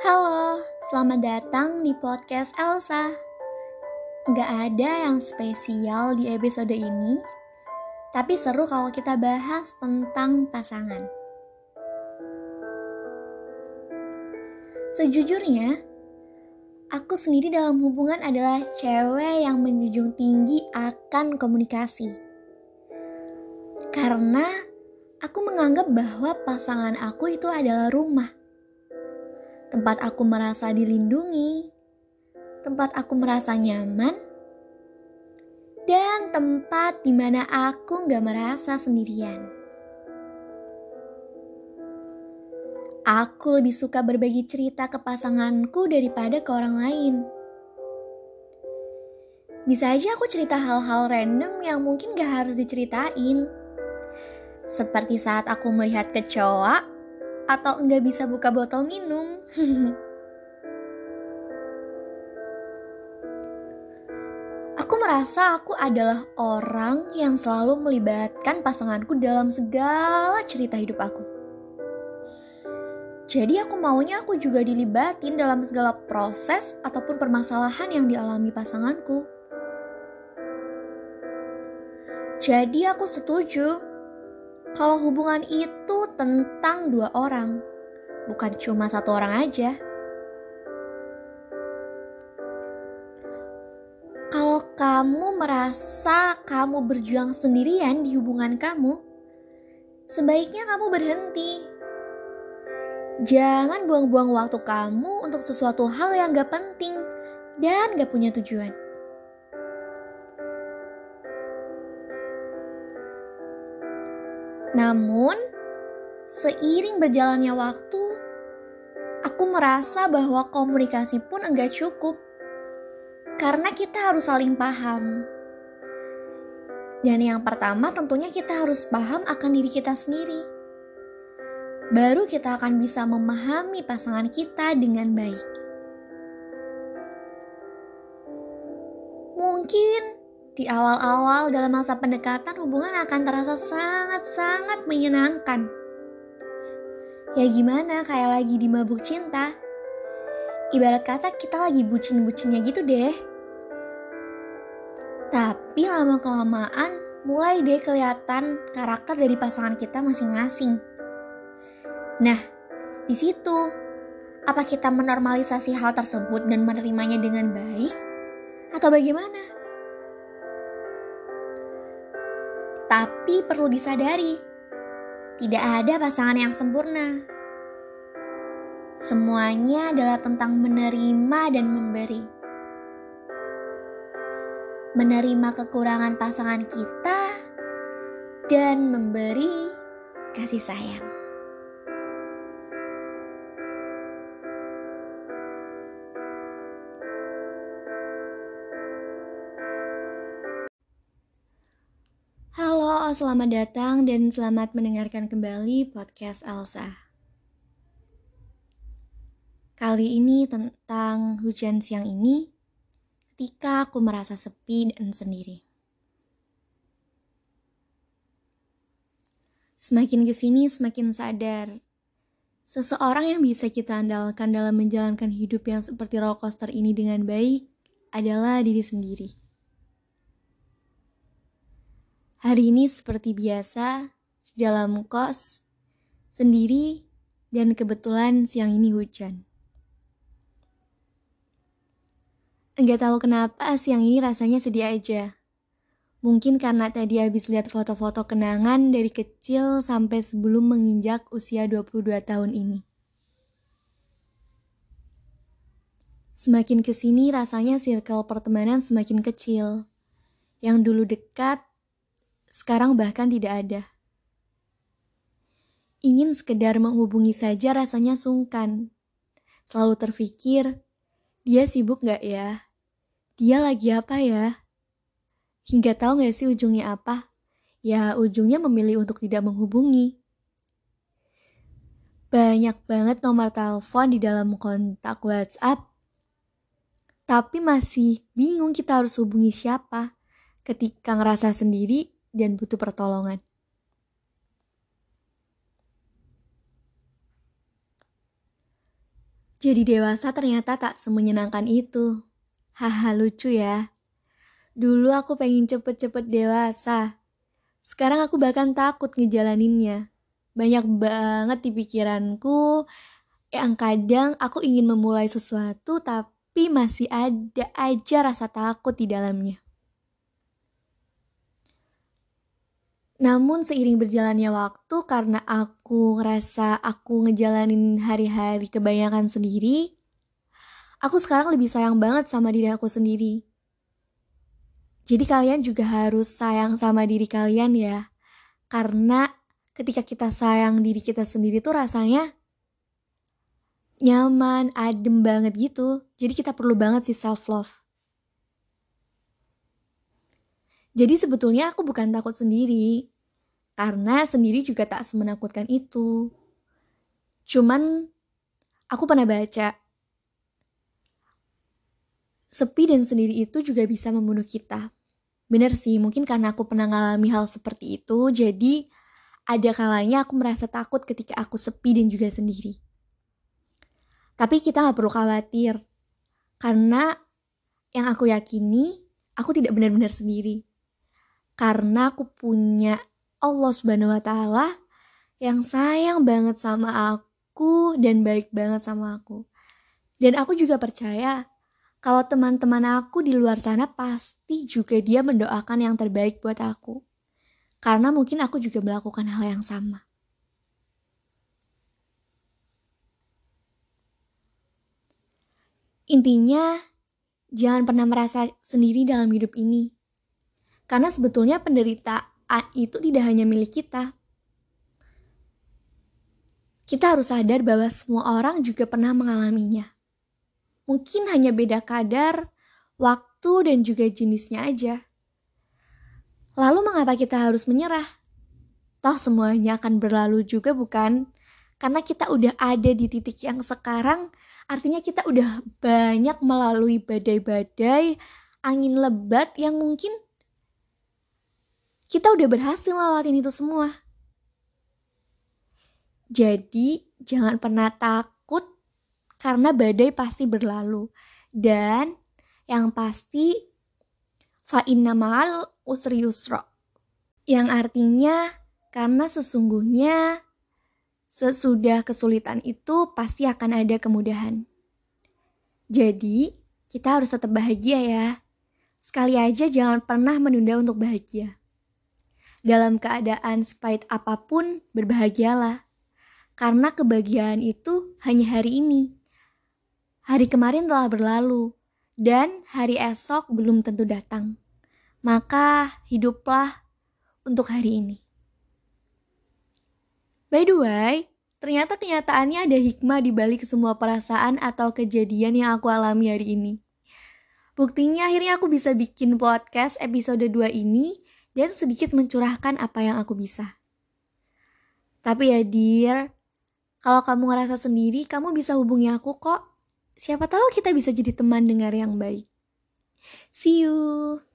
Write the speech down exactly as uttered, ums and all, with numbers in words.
Halo, selamat datang di podcast Elsa. Gak ada yang spesial di episode ini, tapi seru kalau kita bahas tentang pasangan. Sejujurnya, aku sendiri dalam hubungan adalah cewek yang menjunjung tinggi akan komunikasi. Karena aku menganggap bahwa pasangan aku itu adalah rumah. Tempat aku merasa dilindungi, tempat aku merasa nyaman, dan tempat di mana aku gak merasa sendirian. Aku lebih suka berbagi cerita ke pasanganku daripada ke orang lain. Bisa aja aku cerita hal-hal random yang mungkin gak harus diceritain. Seperti saat aku melihat kecoa, atau nggak bisa buka botol minum. Aku merasa aku adalah orang yang selalu melibatkan pasanganku dalam segala cerita hidup aku. Jadi aku maunya aku juga dilibatin dalam segala proses ataupun permasalahan yang dialami pasanganku. Jadi aku setuju kalau hubungan itu tentang dua orang, bukan cuma satu orang aja. Kalau kamu merasa kamu berjuang sendirian di hubungan kamu, sebaiknya kamu berhenti. Jangan buang-buang waktu kamu untuk sesuatu hal yang gak penting dan gak punya tujuan. Namun, seiring berjalannya waktu, aku merasa bahwa komunikasi pun enggak cukup. Karena kita harus saling paham. Dan yang pertama tentunya kita harus paham akan diri kita sendiri. Baru kita akan bisa memahami pasangan kita dengan baik. Mungkin di awal-awal dalam masa pendekatan hubungan akan terasa sangat-sangat menyenangkan. Ya gimana, kayak lagi di mabuk cinta. Ibarat kata kita lagi bucin-bucinnya gitu deh. Tapi lama-kelamaan mulai deh kelihatan karakter dari pasangan kita masing-masing. Nah, di situ apa kita menormalisasi hal tersebut dan menerimanya dengan baik atau bagaimana? Tapi perlu disadari, tidak ada pasangan yang sempurna. Semuanya adalah tentang menerima dan memberi. Menerima kekurangan pasangan kita dan memberi kasih sayang. Halo, selamat datang dan selamat mendengarkan kembali podcast Elsa. Kali ini tentang hujan siang ini ketika aku merasa sepi dan sendiri. Semakin kesini semakin sadar, seseorang yang bisa kita andalkan dalam menjalankan hidup yang seperti roller coaster ini dengan baik adalah diri sendiri. Hari ini seperti biasa, di dalam kos, sendiri, dan kebetulan siang ini hujan. Enggak tahu kenapa siang ini rasanya sedih aja. Mungkin karena tadi habis lihat foto-foto kenangan dari kecil sampai sebelum menginjak usia dua puluh dua tahun ini. Semakin kesini rasanya circle pertemanan semakin kecil. Yang dulu dekat, sekarang bahkan tidak ada. Ingin sekedar menghubungi saja rasanya sungkan. Selalu terpikir, dia sibuk gak ya? Dia lagi apa ya? Hingga tahu gak sih ujungnya apa? Ya ujungnya memilih untuk tidak menghubungi. Banyak banget nomor telepon di dalam kontak WhatsApp. Tapi masih bingung kita harus hubungi siapa ketika ngerasa sendiri dan butuh pertolongan. Jadi dewasa ternyata tak semenyenangkan itu. Haha, lucu ya. Dulu aku pengen cepet-cepet dewasa. Sekarang aku bahkan takut ngejalaninnya. Banyak banget di pikiranku yang kadang aku ingin memulai sesuatu tapi masih ada aja rasa takut di dalamnya. Namun seiring berjalannya waktu, karena aku ngerasa aku ngejalanin hari-hari kebanyakan sendiri, aku sekarang lebih sayang banget sama diri aku sendiri. Jadi kalian juga harus sayang sama diri kalian ya. Karena ketika kita sayang diri kita sendiri tuh rasanya nyaman, adem banget gitu. Jadi kita perlu banget sih self-love. Jadi sebetulnya aku bukan takut sendiri. Karena sendiri juga tak semenakutkan itu. Cuman aku pernah baca, sepi dan sendiri itu juga bisa membunuh kita. Bener sih, mungkin karena aku pernah ngalami hal seperti itu, jadi ada kalanya aku merasa takut ketika aku sepi dan juga sendiri. Tapi kita gak perlu khawatir, karena yang aku yakini, aku tidak benar-benar sendiri. Karena aku punya Allah Subhanahu wa Ta'ala yang sayang banget sama aku dan baik banget sama aku. Dan aku juga percaya kalau teman-teman aku di luar sana pasti juga dia mendoakan yang terbaik buat aku. Karena mungkin aku juga melakukan hal yang sama. Intinya, jangan pernah merasa sendiri dalam hidup ini. Karena sebetulnya penderitaan itu tidak hanya milik kita. Kita harus sadar bahwa semua orang juga pernah mengalaminya. Mungkin hanya beda kadar, waktu, dan juga jenisnya aja. Lalu mengapa kita harus menyerah? Toh semuanya akan berlalu juga bukan? Karena kita udah ada di titik yang sekarang, artinya kita udah banyak melalui badai-badai, angin lebat yang mungkin kita udah berhasil lewatin itu semua. Jadi jangan pernah takut karena badai pasti berlalu. Dan yang pasti fa inna ma'al usri yusra. Yang artinya karena sesungguhnya sesudah kesulitan itu pasti akan ada kemudahan. Jadi kita harus tetap bahagia ya. Sekali aja jangan pernah menunda untuk bahagia. Dalam keadaan sepahit apapun, berbahagialah. Karena kebahagiaan itu hanya hari ini. Hari kemarin telah berlalu, dan hari esok belum tentu datang. Maka hiduplah untuk hari ini. By the way, ternyata kenyataannya ada hikmah di balik semua perasaan atau kejadian yang aku alami hari ini. Buktinya akhirnya aku bisa bikin podcast episode dua ini, dan sedikit mencurahkan apa yang aku bisa. Tapi ya dear, kalau kamu ngerasa sendiri, kamu bisa hubungi aku kok. Siapa tahu kita bisa jadi teman dengar yang baik. See you!